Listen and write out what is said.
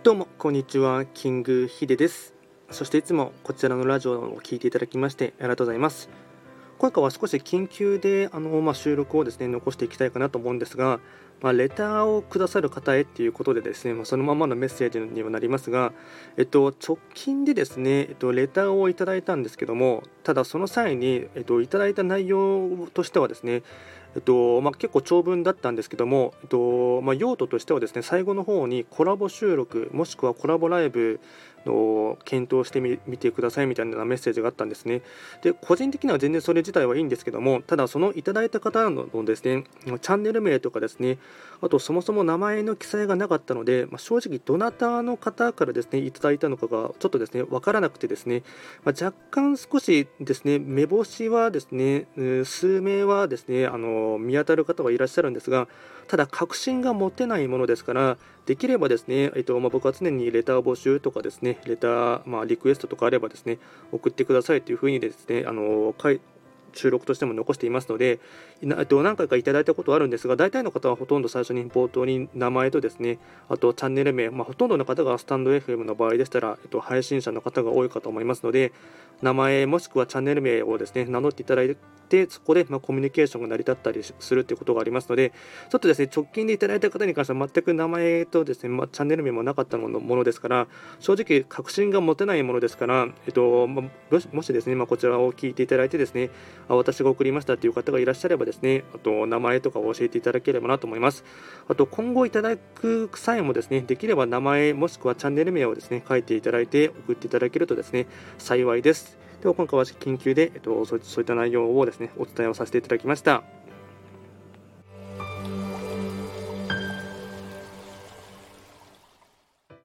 どうもこんにちは、キングヒデです。そしていつもこちらのラジオを聞いていただきましてありがとうございます。今回は少し緊急で収録をですね残していきたいかなと思うんですが、レターをくださる方へっていうことでですね、そのままのメッセージにはなりますが、直近でですね、レターをいただいたんですけども、ただその際に、いただいた内容としてはですね、結構長文だったんですけども、用途としてはですね、最後の方にコラボ収録もしくはコラボライブの検討してみてくださいみたいなメッセージがあったんですね。で、個人的には全然それ自体はいいんですけども、ただそのいただいた方のですね、チャンネル名とかですね、あとそもそも名前の記載がなかったので、正直どなたの方からですねいただいたのかがちょっとですね分からなくてですね、若干少しですね目星はですね、数名はですね見当たる方はいらっしゃるんですが、ただ確信が持てないものですから、できればですね、僕は常にレター募集とかですね、レター、リクエストとかあればですね、送ってくださいというふうにですね、収録としても残していますので、何回かいただいたことはあるんですが、大体の方はほとんど最初に冒頭に名前とですね、あとチャンネル名、ほとんどの方がスタンド FM の場合でしたら、配信者の方が多いかと思いますので、名前もしくはチャンネル名をですね名乗っていただいて、そこでコミュニケーションが成り立ったりするということがありますので、ちょっとですね直近でいただいた方に関しては全く名前とですね、チャンネル名もなかったものですから、正直確信が持てないものですから、もしですね、こちらを聞いていただいてですね、私が送りましたという方がいらっしゃればですね、あと名前とかを教えていただければなと思います。あと今後いただく際もですね、できれば名前もしくはチャンネル名をですね書いていただいて送っていただけるとですね幸いです。では今回は緊急で、そういった内容をですねお伝えをさせていただきました。